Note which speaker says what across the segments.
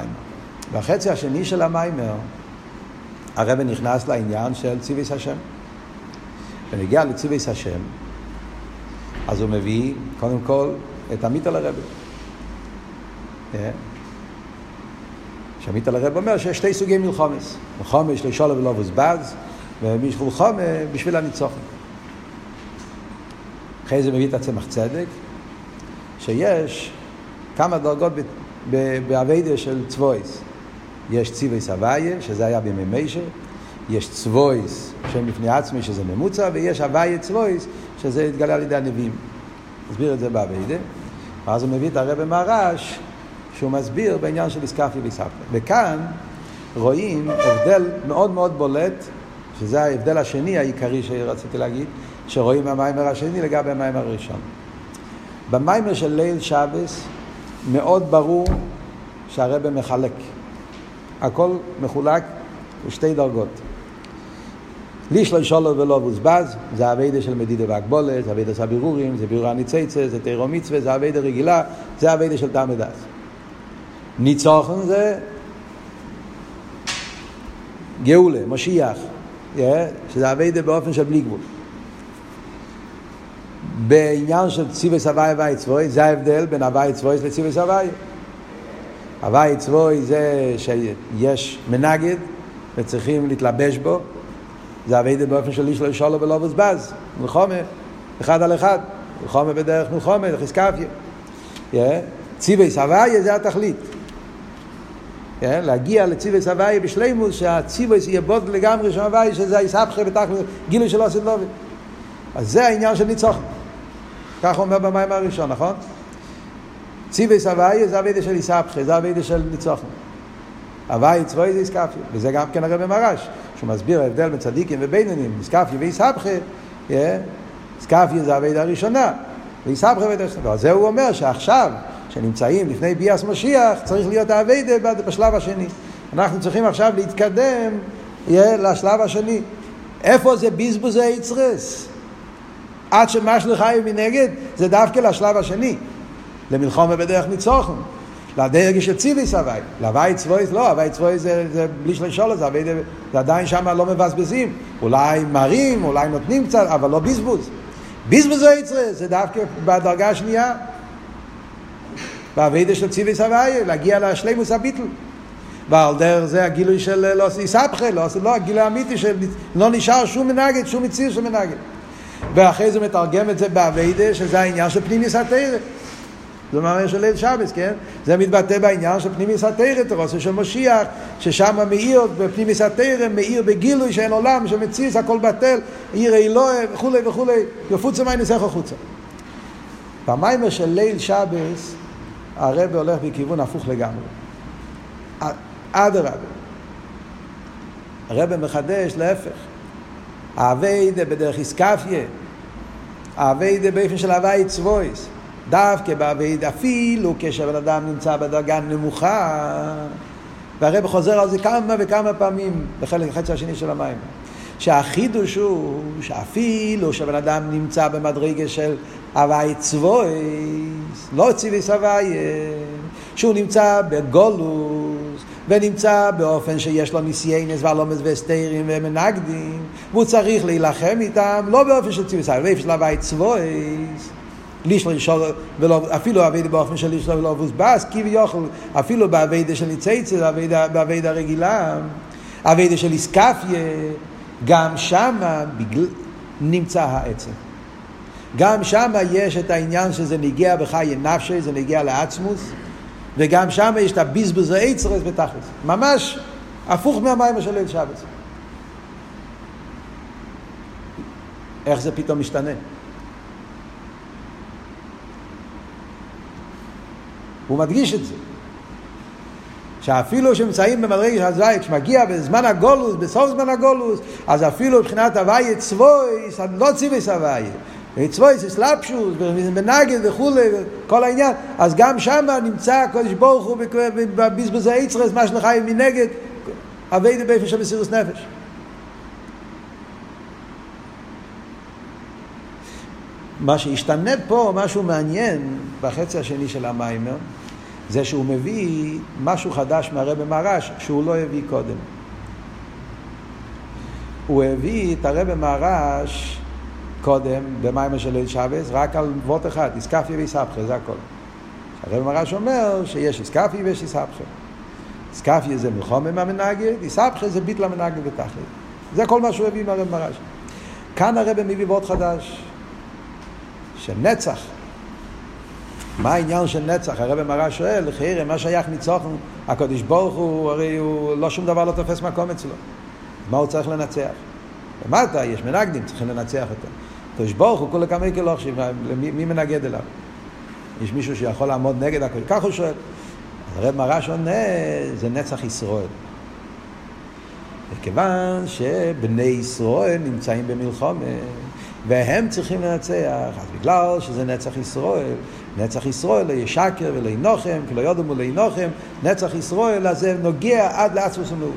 Speaker 1: המיימר. בחצי השני של המיימר הרב נכנס לעניין של ציוויס השם. ונגיע לציוויס השם, אז הוא מביא קודם כל את עמית על הרב. שעמית על הרב אומר שיש שתי סוגי מלחומס. מלחומס לשולו ולא בוזבז, ומלחומה בשביל הניצוחון. אחרי זה מביא את הצמח צדק, שיש כמה דרגות בעבודה של צבויס. יש ציוויס הוויה, שזה היה בימי מיישה, יש צבויס שם לפני עצמי, שזה ממוצע, ויש הוויה צבויס, שזה התגלה על ידי הנביאים. מסביר את זה בעבודה. ואז הוא מביא את הרב מהר"ש, שהוא מסביר בעניין של איסקפיה ואיסקפיה. וכאן רואים הבדל מאוד מאוד בולט, שזה ההבדל השני העיקרי שרציתי להגיד, שרואים במיימר השני לגבי המיימר הראשון. במיימר של ליל שבס מאוד ברור שהרב מחלק. הכל מחולק בשתי דרגות. ליש לא שולו ולא בוזבז, זה העבודה של מדידה והגבולה, זה העבודה של הבירורים, זה בירור הניצייצה, זה תירו מצווה, זה העבודה רגילה, זה העבודה של טעם ודעת. ניצוחון זה גאולה, משיח, שזה העבודה באופן של בלי גבול. בעניין של ציוויס הוויה והוויה צבוי, זה ההבדל בין הוויה צבוי לציוויס הוויה. הוויה צבוי זה שיש מנגד וצריכים להתלבש בו, זה העבודה באופן של איש לא ישולו ולא בוזבז, מלחומה, אחד על אחד, מלחומה בדרך מלחומה, דרך איסקפיה. ציוויס הוויה זה התכלית. להגיע לציוויס הוויה בשלימוס, שהציוויס יהיה בוד לגמרי של הוויה, שזה היסבכה בתכלית, גילוי שלא עשית לובי. אז זה העניין של ניצוחון. כך הוא אומר במיימר הראשון, נכון? ציוויס הוויה זה העבודה של היסבכה, זה העבודה של ניצוחון. הוויה צבוי זה איסקפיה, וזה גם כן הרב מהר"ש, שהוא מסביר ההבדל בין צדיקים ובינונים, איסקפיה ואיסבכה, איסקפיה זה העבודה הראשונה, ואיסבכה העבודה השנייה. זה הוא אומר שעכשיו, שנמצאים לפני ביאס משיח, צריך להיות העבודה בשלב השני. אנחנו צריכים עכשיו להתקדם לשלב השני. איפה זה בזבוז היצרס? עד שמשהו חי מנגד, זה דווקא לשלב השני. למלחמה בדרך ניצוחון. לדרג של ציוויס הוויה. להוויה צבויס לא, הוויה צבויס זה בלי שלשול, זה עדיין שם לא מבזבזים. אולי מרים, אולי נותנים קצת, אבל לא בזבוז. בזבוז היצרס, זה דווקא בדרגה השנייה. בעבודה של ציוויס הוויה, להגיע לשלימוס הביטל. ועל דרך זה הגילוי של לא איסבכה, לא הגילוי האמיתי של לא נשאר שום מנגד, שום מציר של מנגד. ואחרי זה מתרגם את זה בעבודה, שזה העניין של פנימיוס התורה. זה מאמר של ליל שבס, כן? זה מתבטא בעניין של פנימיוס התורה, תורתו של משיח, ששם מאיר בפנימיוס התורה, מאיר בגילוי שאין עולם, שמציץ, הכל בטל, עיר אלוהים וכו' וכו', יפוצה מי נסך החוצה. במיימר של ליל שבס, הרב הולך בכיוון הפוך לגמרי. אדרבה. הרב מחדש להפך. העבודה בדרך איסקפיה, העבודה באופן של הוויה צבויס, דווקא בעבודה אפילו כשבן אדם נמצא בדרגה נמוכה, והרב חוזר על זה כמה וכמה פעמים בחלק החצי השני של המים, שהחידוש הוא שאפילו שבן אדם נמצא במדרגה של הוויה צבויס, לא ציוויס הוויה, שהוא נמצא בגולוס ונמצא באופן שיש לו ניסיינס והלומס והסתירים ומנגדים, והוא צריך להילחם איתם, לא באופן של ציוויס הוויה, באופן של הוויה צבויס, אפילו עבודה באופן של לישלו ולא בוזבז, כי ויוכל, אפילו בעבודה של ניצייצה, בעבודה רגילה, עבודה של איסקפיה, גם שם נמצא העצם. גם שם יש את העניין שזה נגיע בחיי נפשי, זה נגיע לעצמוס, וגם שם יש את הבזבוז היצרס בתכלס. ממש הפוך מהמיימר של ליל שבס. איך זה פתאום משתנה? הוא מדגיש את זה. שאפילו שמצאים במדרגה של הזוויה, כשמגיע בזמן הגולוס, בסוף זמן הגולוס, אז אפילו מבחינת הוויה צבויס, לא ציוויס הוויה, צבויס אסלאפשוס, בנגד וכו' כל העניין, אז גם שם נמצא הקדוש ברוך הוא בבזבוז היצרס, מה שנחי מנגד, עבודה באופן של מסירות נפש. מה שהשתנה פה, משהו מעניין בחצי השני של המיימר, זה שהוא מביא משהו חדש מהרב מהר"ש שהוא לא הביא קודם. הוא הביא את הרב מהר"ש קודם במיימר של ליל שבס רק על וורט אחד, איסקפיה ואיסהפכה, זה הכל. הרב מהר"ש אומר שיש איסקפיה ויש איסהפכה. איסקפיה זה מלחמה מהמנגד, איסהפכה זה ביטל המנגד בתכלית. זה כל מה שהוא הביא מהרב מהר"ש. כאן הרב מביא וורט חדש שנצח. מה העניין של נצח? הרב מהר"ש שואל, חיירה, מה שייך ניצחון? הקדוש ברוך הוא, הרי הוא לא שום דבר לא תופס מקום אצלו. מה הוא צריך לנצח? למטה יש מנגדים, צריכים לנצח אותו. הקדוש ברוך הוא כולה כמה לא חשיב, מי מנגד אליו? יש מישהו שיכול לעמוד נגד הקדוש? כך הוא שואל. הרב מהר"ש עונה, זה נצח ישראל. וכיוון שבני ישראל נמצאים במלחמה, והם צריכים לנצח, אז בגלל שזה נצח ישראל, נצח ישראל לא ישקר ולא ינוחם, כי לא יודעים ולא ינוחם, נצח ישראל הזה נוגע עד לעצמוס ומאוס.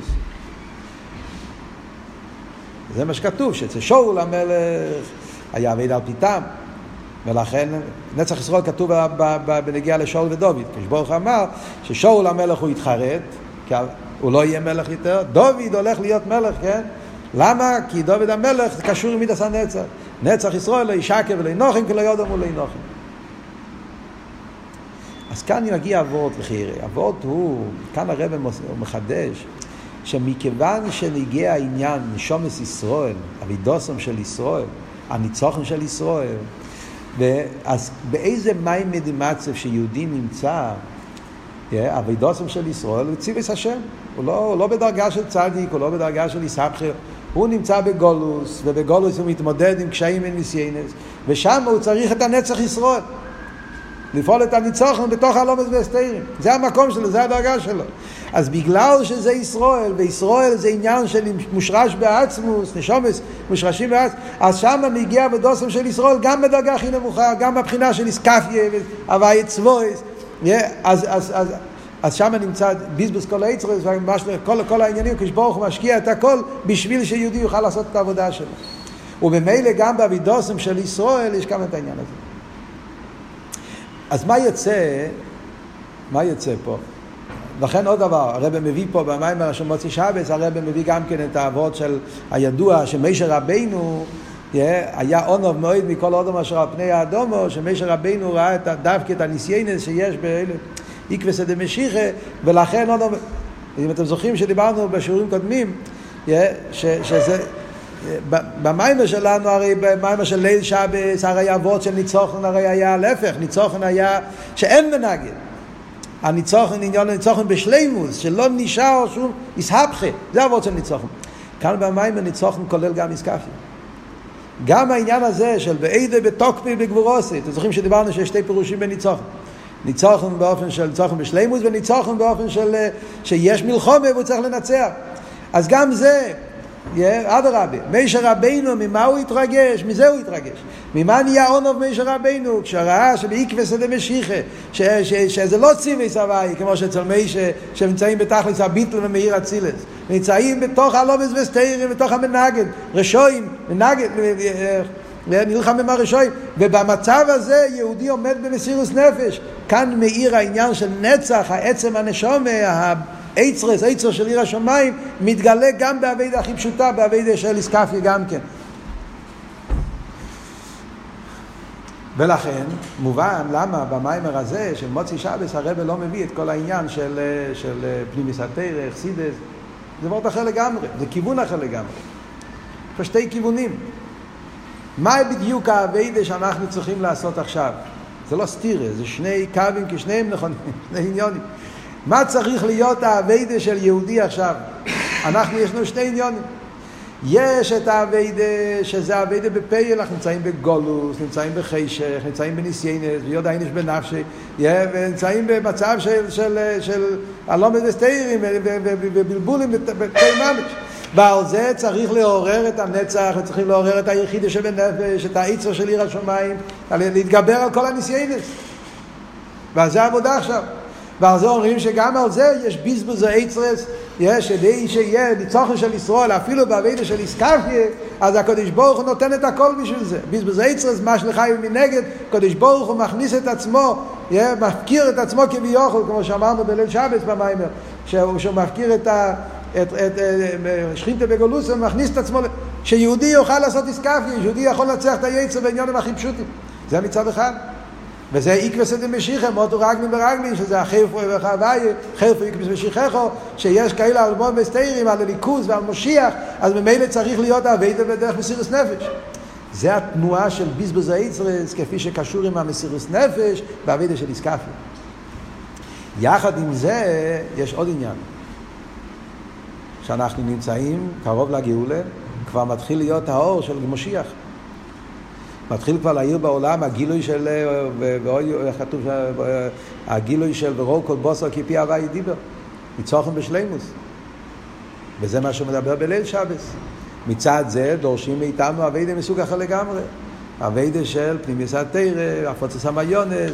Speaker 1: זה מה שכתוב, שאצל שאול המלך היה עבד על פיתם, ולכן נצח ישראל כתוב בנגיעה לשאול ודוד. כשברוך אמר ששאול המלך הוא יתחרט, כי הוא לא יהיה מלך יותר, דוד הולך להיות מלך, כן? למה? כי דוד המלך קשור עם מידס הנצח. נצח ישראל לא ישקר ולא ינוחם, כי לא יודעים ולא ינוחם. אז כאן יגיע אבות וחירה. אבות הוא, כאן הרב מחדש, שמכיוון שנגיע העניין נשומס ישראל, אבידוסם של ישראל, הניצוחן של ישראל, אז באיזה מים מדימצב שיהודי נמצא, אבידוסם של ישראל הוא ציוויס השם. הוא לא בדרגה של צדיק, הוא לא בדרגה של איסהפכה, הוא נמצא בגולוס, ובגולוס הוא מתמודד עם קשיים וניסיינס, ושם הוא צריך את הנצח ישראל. לפעול את הניצוחן בתוך הלומס והסתירים. זה המקום שלו, זה הדרגה שלו. אז בגלל שזה ישראל, וישראל זה עניין של מושרש בעצמוס, נשומס מושרשים בעצמוס, אז שם מגיע בדוסם של ישראל גם בדרגה הכי נמוכה, גם בבחינה של איסקפיה, הווי צבויס. אז שם נמצא ביזבוס כל היצרס, כל העניינים, כשברוך הוא משקיע את הכל בשביל שיהודי יוכל לעשות את העבודה שלו. ובמילא גם באבידוסם של ישראל יש גם את העניין הזה. אז מה יוצא פה? לכן עוד דבר, הרב מביא פה במיימר של מוצאי שבת, הרב מביא גם כן את האבות של הידוע שמשה רבינו היה עונב מאוד מכל אדם אשר על פני האדומו, שמשה רבינו ראה דווקא את הניסיינס שיש בעקבתא דמשיחא, ולכן עוד, אם אתם זוכרים שדיברנו בשיעורים קודמים, שזה במיימר שלנו, הרי במיימר של ליל שבת, הרי אבות של ניצוחן הרי היה להפך, ניצוחן היה שאין מנגד. הניצוחן עניין הניצוחן בשלימוס, שלא נשאר שום איסהפכה, זה אבות של ניצוחן. כאן במיימר ניצוחן כולל גם איסקפיה. גם העניין הזה של בעידה בתוקפי בגבורוסי, אתם זוכרים שדיברנו שיש שתי פירושים בניצוחן. ניצוחן באופן של ניצוחן בשלימוס, וניצוחן באופן של שיש מלחמה והוא צריך לנצח. אז גם זה, אדרבה, משה רבינו, ממה הוא התרגש? מזה הוא התרגש. ממה נהיה עונב משה רבינו? כשראה שבעקבתא דמשיחא, שזה לא ציוויס הווי, כמו שאצל משה, שנמצאים בתכלס הביטל ומאיר אצילס, נמצאים בתוך הלומס והסתירים, בתוך המנגד, רשועים, מנגד, נלחם עם הרשועים, ובמצב הזה יהודי עומד במסירות נפש. כאן מאיר העניין של נצח, העצם הנשמה, היצר של עיר השמיים, מתגלה גם בעבודה הכי פשוטה, בעבודה של איסקפיה גם כן. ולכן, מובן למה במיימר הזה של מוצאי שבת הרב לא מביא את כל העניין של פנימיס התורה, חסידות, זה וורט אחר לגמרי, זה כיוון אחר לגמרי. יש שתי כיוונים. מה בדיוק העבודה שאנחנו צריכים לעשות עכשיו? זה לא סתירה, זה שני קווים כשניהם נכונים, שני עניונים. מה צריך להיות העבודה של יהודי עכשיו? יש לנו שני עניונים. יש את העבודה שזה העבודה בפייל, אנחנו נמצאים בגולוס, נמצאים בחשך, נמצאים בניסיינס, ויודע אינש בנפשי, ונמצאים במצב של הלומד וסתירים ובלבולים בפי ממש. ועל זה צריך לעורר את הנצח, וצריכים לעורר את היחידה שבנפש, את היצר של עיר השמיים, להתגבר על כל הניסיינס. ועל זה העבודה עכשיו. ועל זה אומרים שגם על זה יש ביזבוז היצרס, יש ידי שיהיה ניצוחן של ישראל, אפילו בעבודה של איסקפיה, אז הקדוש ברוך הוא נותן את הכל בשביל זה. ביזבוז היצרס, מה שלך מנגד, הקדוש ברוך הוא מכניס את עצמו מפקיר את עצמו כביכול, כמו שאמרנו בליל שבת במיימר, שהוא מפקיר את שכינתה בגולוס ומכניס את עצמו, שיהודי יוכל לעשות איסקפיה, יהודי יכול לנצח את היצר בעניינים הכי פשוטים. זה מצד אחד. וזה איקווס דמשיחא, מותו רגלים ברגלים, שזה החרפו וחוואי, חרפו איקווס משיחךו, שיש כאלה אלבון מסתירים על הליכוז ועל משיח, אז ממילא צריך להיות העבודה בדרך מסירות נפש. זה התנועה של בזבוז היצרס, כפי שקשור עם המסירות נפש, בעבודה של איסקפיה. יחד עם זה, יש עוד עניין. שאנחנו נמצאים קרוב לגאולה, כבר מתחיל להיות האור של משיח. מתחיל כבר להעיר בעולם הגילוי של, איך כתוב, הגילוי של ורואו כל בוסר כי פי הווי דיבר. ניצוחם בשלימוס. וזה מה שמדבר בליל שבת. מצד זה דורשים מאיתנו עבודה מסוג אחר לגמרי. עבודה של פנימיוס התורה, הפוצץ המיונס.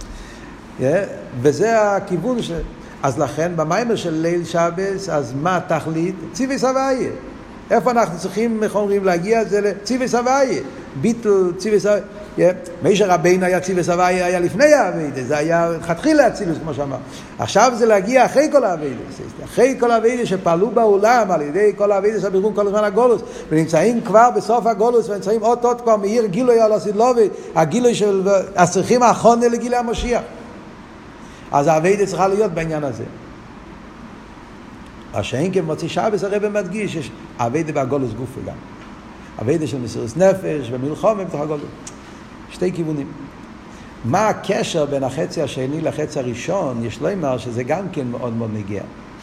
Speaker 1: וזה הכיוון של... אז לכן במיימר של ליל שבת, אז מה התכלית? ציוויס הוויה. איפה אנחנו צריכים, איך אומרים, להגיע זה לציוויס הוויה. ביטל, ציוויס הוויה. משה רבינו היה ציוויס הוויה, היה לפני העבודה. זה היה חתחילה הציוויס, כמו שאמר. עכשיו זה להגיע אחרי כל העבודה. אחרי כל העבודה שפעלו בעולם, על ידי כל העבודה שבירום כל הזמן הגולוס, ונמצאים כבר בסוף הגולוס, ונמצאים עוד כבר מאיר גילוי על הסדלובי, הגילוי של הצריכים האחרונה לגילי המשיח. אז העבודה צריכה להיות בעניין הזה. השאין כמוציא שבת הרב מדגיש, יש עבודה בהגולוס גופו גם. עבודה של מסירות נפש ומלחמה בתוך הגולוס. שתי כיוונים. מה הקשר בין החצי השני לחצי הראשון? יש לומר שזה גם כן מאוד מאוד נגיע.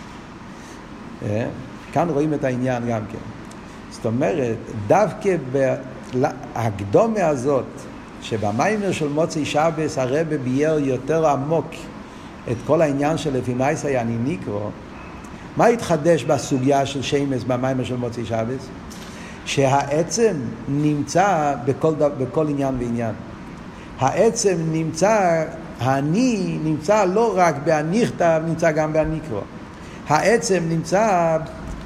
Speaker 1: כאן רואים את העניין גם כן. זאת אומרת, דווקא בהקדומה הזאת, שבמיימר של מוצאי שבת הרב ביאר יותר עמוק את כל העניין של לפי מייסא יעני ניקרו, מה התחדש בסוגיה של שמש במיימר של מוצאי שבת? שהעצם נמצא בכל עניין ועניין. העצם נמצא, האני נמצא לא רק בהניחתא, נמצא גם בהניקרו. העצם נמצא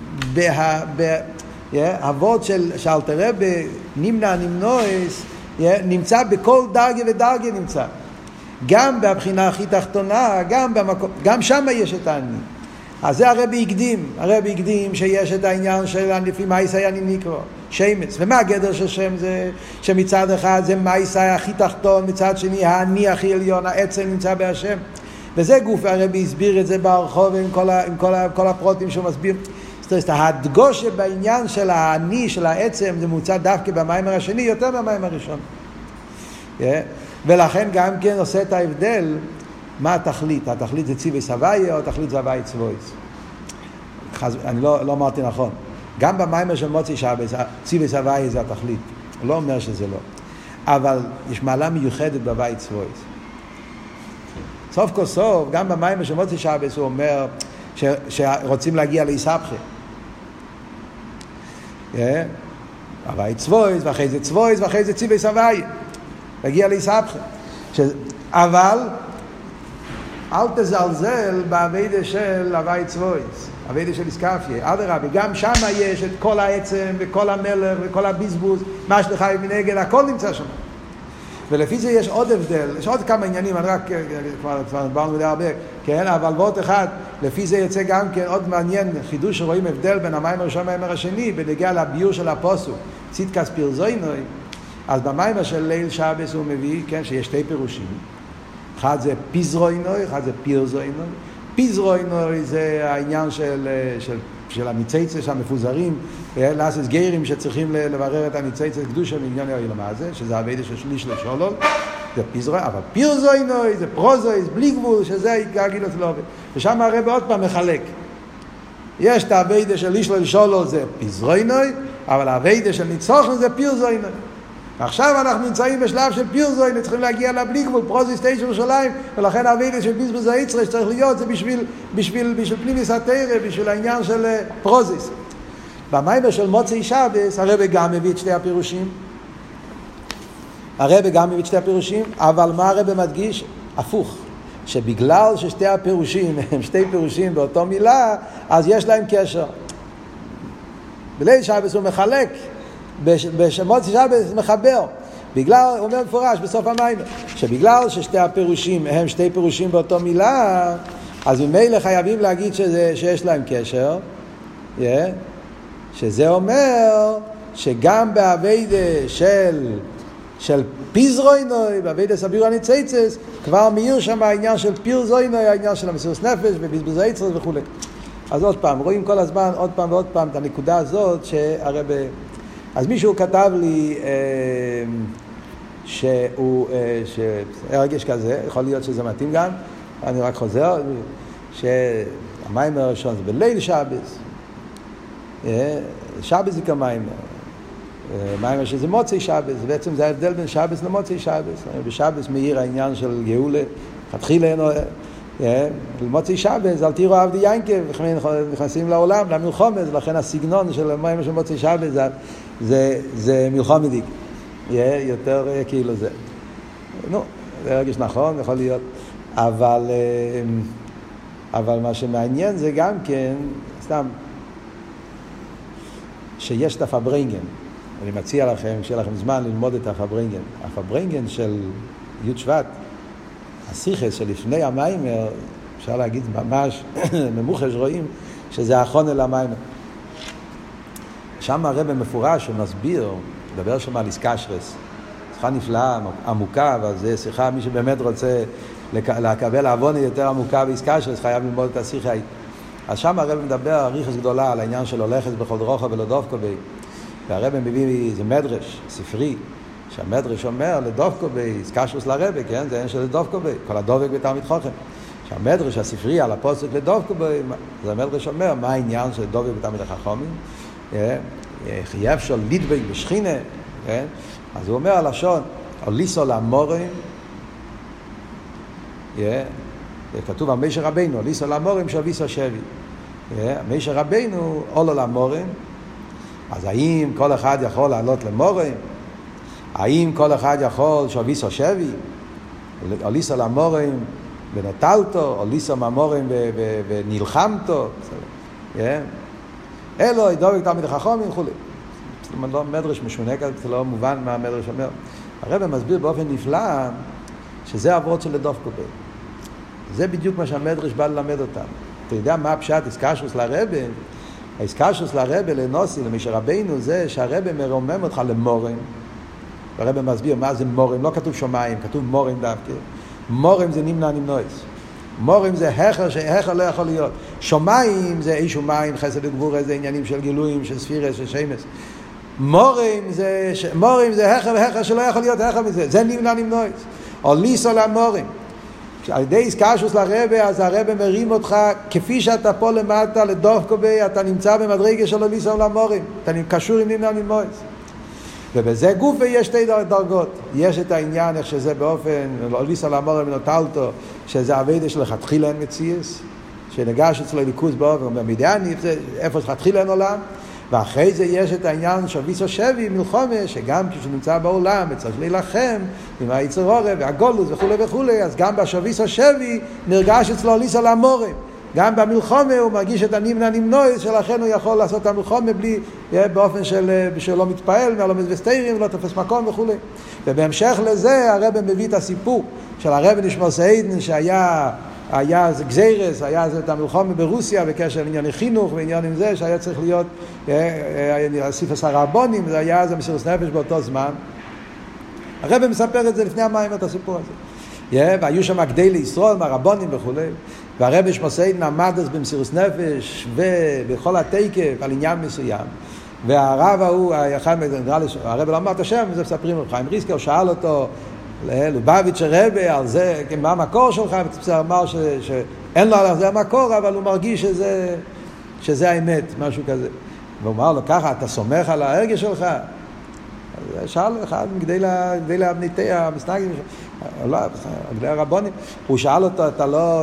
Speaker 1: בהוות של אלתר רבי, נמנע נמנועס, נמצא בכל דרגה ודרגה נמצא. גם בבחינה הכי תחתונה, גם שם יש את האני. אז זה הרבי הקדים שיש את העניין של לפי מייסא יעני ניקרו, שמץ. ומה הגדר של שם? זה שמצד אחד זה מייסא הכי תחתון, מצד שני האני הכי עליון, העצם נמצא בהשם. וזה גוף, הרבי הסביר את זה ברחוב עם כל הפרוטים שהוא מסביר. זאת אומרת, ההדגושה בעניין של האני, של העצם, זה מוצא דווקא במיימר השני יותר מהמיימר הראשון. ולכן גם כן עושה את ההבדל, מה התכלית? התכלית זה ציוויס הוויה או התכלית זה הוויה צבויס? אני לא אמרתי נכון. גם במיימר של מוצאי שבת, ציוויס הוויה זה התכלית. הוא לא אומר שזה לא. אבל יש מעלה מיוחדת בהוויה צבויס. סוף כל סוף, גם במיימר של מוצאי שבת הוא אומר שרוצים להגיע לאיסבכה. הוויה צבויס, ואחרי זה צבויס, ואחרי זה ציוויס הוויה. להגיע לאיסבכה. אבל אל תזלזל בעבודה של הווי צבויס, עבודה של איסקפיה. אדרבה, גם שם יש את כל העצם וכל המלך וכל הבזבוז, מה שחי מנגד, הכל נמצא שם. ולפי זה יש עוד הבדל, יש עוד כמה עניינים, אני רק כבר דיברנו מדי הרבה, כן? אבל ועוד אחד, לפי זה יצא גם כן עוד מעניין, חידוש שרואים הבדל בין המיימר הראשון והמיימר השני, בנגיע לביור של הפוסוק, צדקת פירזוינוי. אז במיימר של ליל שבת הוא מביא, כן, שיש שתי פירושים. אחד זה פיזרוינוי, אחד זה פירזוינוי. פיזרוינוי זה העניין של הניצייצס המפוזרים, לעשות גיירים שצריכים לברר את הניצייצס קדושה מעניין העולם הזה, שזה העבודה של שליש לשולול, זה פיזרוינוי, אבל פירזוינוי זה פרוזויס, בלי גבול, שזה הגילוי שלו. ושם הרב עוד פעם מחלק. יש את העבודה של שליש לשולול זה פיזרוינוי, אבל העבודה של ניצוחן זה פירזוינוי. עכשיו אנחנו נמצאים בשלב של פירזוין, צריכים להגיע לבלי גבול, פרוזיס תשע ירושלים, ולכן העבודה של בזבוז היצר שצריך להיות, זה בשביל פנימיוס התורה, בשביל העניין של פרוזיס. במיימר של מוצאי שבת, הרב גם מביא את שתי הפירושים. אבל מה הרב מדגיש? הפוך. שבגלל ששתי הפירושים הם שתי פירושים באותו מילה, אז יש להם קשר. בליל שבת הוא מחלק, בשמות שבת מחבר. בגלל, הוא אומר מפורש בסוף המים, שבגלל ששתי הפירושים הם שתי פירושים באותו מילה, אז ממילא חייבים להגיד שיש להם קשר, שזה אומר שגם בעבודה של פיזרוינוי, בעבודה סביר הניצייצס, כבר מאיר שם העניין של פיזרוינוי, העניין של המסירות נפש ובזבוז היצר וכו'. אז עוד פעם, רואים כל הזמן, עוד פעם ועוד פעם, את הנקודה הזאת שהרי אז מישהו כתב לי שהרגש כזה, יכול להיות שזה מתאים גם, אני רק חוזר, שהמים הראשון זה בליל שבס, שבס זה כמים, מים שזה מוצאי שבס, בעצם זה ההבדל בין שבס למוצאי שבס. בשבס מאיר העניין של גאולה, התחילה מוצאי שבס, אל תירו עבדי ינקב, נכנסים לעולם, למלחומת, לכן הסגנון של מים של מוצאי שבס זה מלחומדיק, יותר כאילו זה. נו, זה הרגש נכון, יכול להיות, אבל מה שמעניין זה גם כן, סתם, שיש את הפברנגן. אני מציע לכם, שיהיה לכם זמן ללמוד את הפברנגן. הפברנגן של י' שבט, הסיכס שלפני המיימר, אפשר להגיד ממש ממוחש רואים שזה האחרון אל המיימר. שם הרב מפורש שמסביר, מדבר שם על איסקשרס, שיחה נפלאה, עמוקה, אבל זה שיחה, מי שבאמת רוצה לקבל עוונה יותר עמוקה באיסקשרס, חייב ללמוד את השיחה. אז שם הרב מדבר אריכות גדולה על העניין של הולכת בכל דרוכה ולא דווקא בי. והרב מביא איזה מדרש, ספרי, שהמדרש אומר לדווקא בי, איסקשרס לרב, כן? זה אין של לדווקא בי, כל הדובק בתלמיד חוכם. שהמדרש הספרי על הפוסק לדווקא בי, זה המדרש אומר, מה העניין של דובק בתלמיד החכמים? חייב של לידבק בשכינה, כן? אז הוא אומר הלשון, אוליסו לאמורים, כתוב על משה רבינו, אוליסו לאמורים שוביסו שבי. משה רבינו אולו לאמורים, אז האם כל אחד יכול לעלות למורים? האם כל אחד יכול שוביסו שבי? אוליסו לאמורים ונטלתו, אוליסו מאמורים ונלחמתו, אלו דובק תלמיד חכמים וכו'. מדרש משונה כזה, זה לא מובן מה המדרש אומר. הרב מסביר באופן נפלא שזה עברות של דווקא בי. זה בדיוק מה שהמדרש בא ללמד אותם. אתה יודע מה הפשט איסקשרוס לרב? האיסקשרוס לרב לנוסי, למשה רבינו, זה שהרב מרומם אותך למורים. הרב מסביר מה זה מורים, לא כתוב שומעים, כתוב מורים דווקא. מורים זה נמנע נמנועס. מורים זה החר שהחר לא יכול להיות. שומעים זה איש ומים, חסד וגבורה, זה עניינים של גילויים, של ספירס, של שמס. מורים זה החר והחר שלא יכול להיות החר מזה. זה נמנע נמנועס. או ליסו למורים. על ידי איסקשרוס לרבה, אז הרבה מרים אותך, כפי שאתה פה למטה, לדווקא בי, אתה נמצא במדרגה של ליסו למורים. אתה קשור עם נמנע נמנועס. ובזה גופה יש שתי דרגות. יש את העניין איך שזה באופן, ליסו למורים ונוטלתו, שזה עבודה של חתחיל אין מציאס, שנגש אצלו ליכוז באופן, במדיאני, איפה שחתחיל אין עולם, ואחרי זה יש את העניין שוביסו שבי מלחומה, שגם כשנמצא בעולם וצריך להילחם עם היצר עורף והגולוס וכו' וכו', אז גם בשוביסו שבי נרגש אצלו ליסו למורים. גם במלחומה הוא מרגיש את הנמנע נמנועס, שלכן הוא יכול לעשות את המלחומה בלי, באופן שלא מתפעל, לא מזבסטיירים, לא תופס מקום וכו'. ובהמשך לזה הרב מביא את הסיפור של הרב נשמור סעידן, היה זה גזירס, היה זה את המלחומה ברוסיה בקשר לענייני חינוך ועניינים זה שהיה צריך להיות סיפס הרבונים, זה היה זה מסירות נפש באותו זמן. הרב מספר את זה לפני המים את הסיפור הזה. והיו שם גדי לישראל מהרבונים וכו'. והרב נשמור סעידן עמד אז במסירות נפש ובכל התקף על עניין מסוים. והרב ההוא, הרב לא אמר את השם, זה מספרים לו, חיים ריסקר, שאל אותו, לובביץ' רבי, על זה, מה המקור שלך? הוא אמר שאין לו על זה המקור, אבל הוא מרגיש שזה האמת, משהו כזה. והוא אמר לו, ככה, אתה סומך על ההרגש שלך? אז שאל אחד מגדי להבניתי המסנגים, לא, גדי הרבונים, הוא שאל אותו, אתה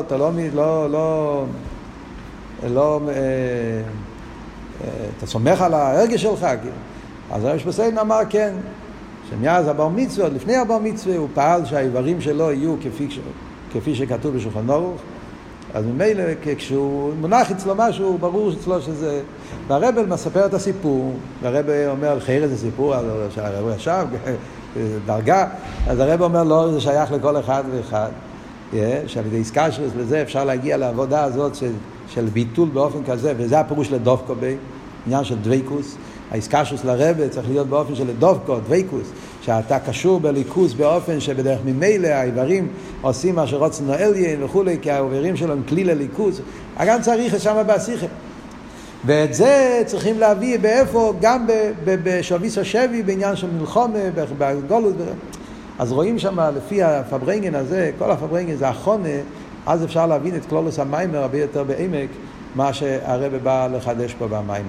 Speaker 1: אתה סומך על ההרגש שלך? אז הרב שפסיין אמר כן, שמאז הבר מצווה, לפני הבר מצווה, הוא פעל שהאיברים שלו יהיו כפי שכתוב בשולחן ערוך. אז ממילא כשהוא מונח אצלו משהו, ברור אצלו שזה... והרב מספר את הסיפור, והרב אומר, חייר איזה סיפור, שהרב ישב, דרגה, אז הרב אומר לא, זה שייך לכל אחד ואחד, שעל ידי איסקשרוס לזה אפשר להגיע לעבודה הזאת של ביטול באופן כזה, וזה הפירוש לדווקא בעניין של דוויקוס. האיסקשרוס לרב צריך להיות באופן של דווקא, דוויקוס, שאתה קשור בליכוס באופן שבדרך ממילא האיברים עושים מה שרוצנו אליין וכולי, כי האיברים שלו הם כלי לליכוס, גם צריך שם בהשיחה. ואת זה צריכים להביא באיפה, גם בשביס השבי, בעניין של מלחומה, בגולות. אז רואים שם לפי הפברנגן הזה, כל הפברנגן זה החונה, אז אפשר להבין את כלולוס המיימר הרבה יותר בעמק, מה שהרב בא לחדש פה במיימר.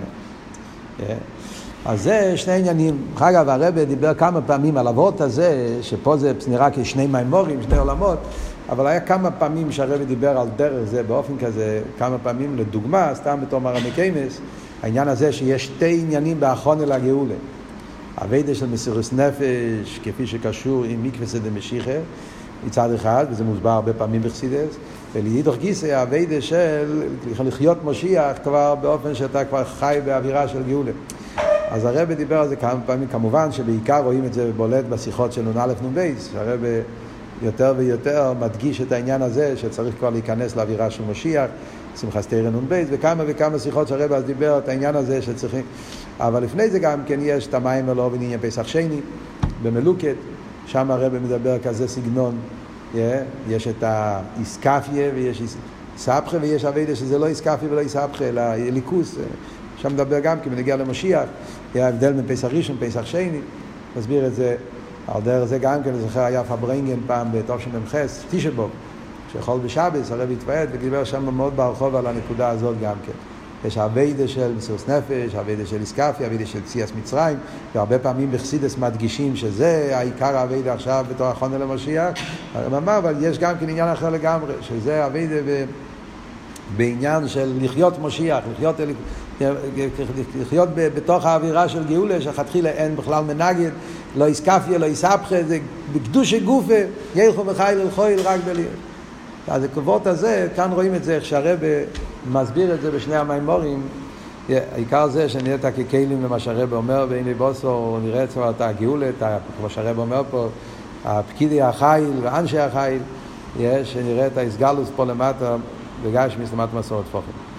Speaker 1: אז זה שני עניינים. אגב, הרב דיבר כמה פעמים על אבות הזה, שפה זה נראה כשני מיימורים, שני עולמות, אבל היה כמה פעמים שהרב דיבר על דרך זה באופן כזה, כמה פעמים לדוגמה, סתם בתור מרמק אמס, העניין הזה שיש שתי עניינים בהכונה לגאולה. הווידה של מסירות נפש, כפי שקשור עם מקווה סדה משיחה, מצד אחד, וזה מוסבר הרבה פעמים בחסידות, ולידוך גיסא, הווידה של לחיות משיח כבר באופן שאתה כבר חי באווירה של גאולה. אז הרב דיבר על זה כמה פעמים, כמובן שבעיקר רואים את זה בולט בשיחות של נ"א נ"ב, שהרב יותר ויותר מדגיש את העניין הזה שצריך כבר להיכנס לאווירה של משיח, שמחת תורה נ"ב, וכמה וכמה שיחות שהרב אז דיבר את העניין הזה שצריכים. אבל לפני זה גם כן יש את המים אלו ועניין פסח שני במלוקת, שם הרב מדבר כזה סגנון, יש את האיסקפיה ויש איסהפכה ויש הווידה שזה לא איסקפיה ולא איסהפכה אלא ליכוס, שם מדבר גם כי מנגיע למשיח, ההבדל בין פסח ראשון פסח שני, מסביר את זה על דרך זה גם כן. זוכר היה פברנגן פעם בתוף של ממחס תשבו שחול בשבס הרב התוועד ודיבר שם מאוד ברחוב על הנקודה הזאת גם כן. יש הווידה של מסירות נפש, הווידה של איסקפיה, הווידה של יציאת מצרים, והרבה פעמים בחסידות מדגישים שזה העיקר הווידה עכשיו בתור הכנה למשיח. הרב אמר, אבל יש גם כן עניין אחר לגמרי, שזה הווידה בעניין של לחיות משיח, לחיות בתוך האווירה של גאולה, שחתחילה אין בכלל מנגד, לא איסקפיה, לא איסהפכה, זה בקדוש גופה, ילכו וחיל אל חויל רק בליר. אז הכבוד הזה, כאן רואים את זה, איך שהרב מסביר את זה בשני המיימורים, העיקר זה שנראית ככלים למה שהרב אומר, והנה בוסו נראה אצלו את הגאולה, כמו שהרב אומר פה, הפקידי החיל ואנשי החיל, שנראה את ההסגלוס פה למטה, וגש מסלמת מסורת פוחד.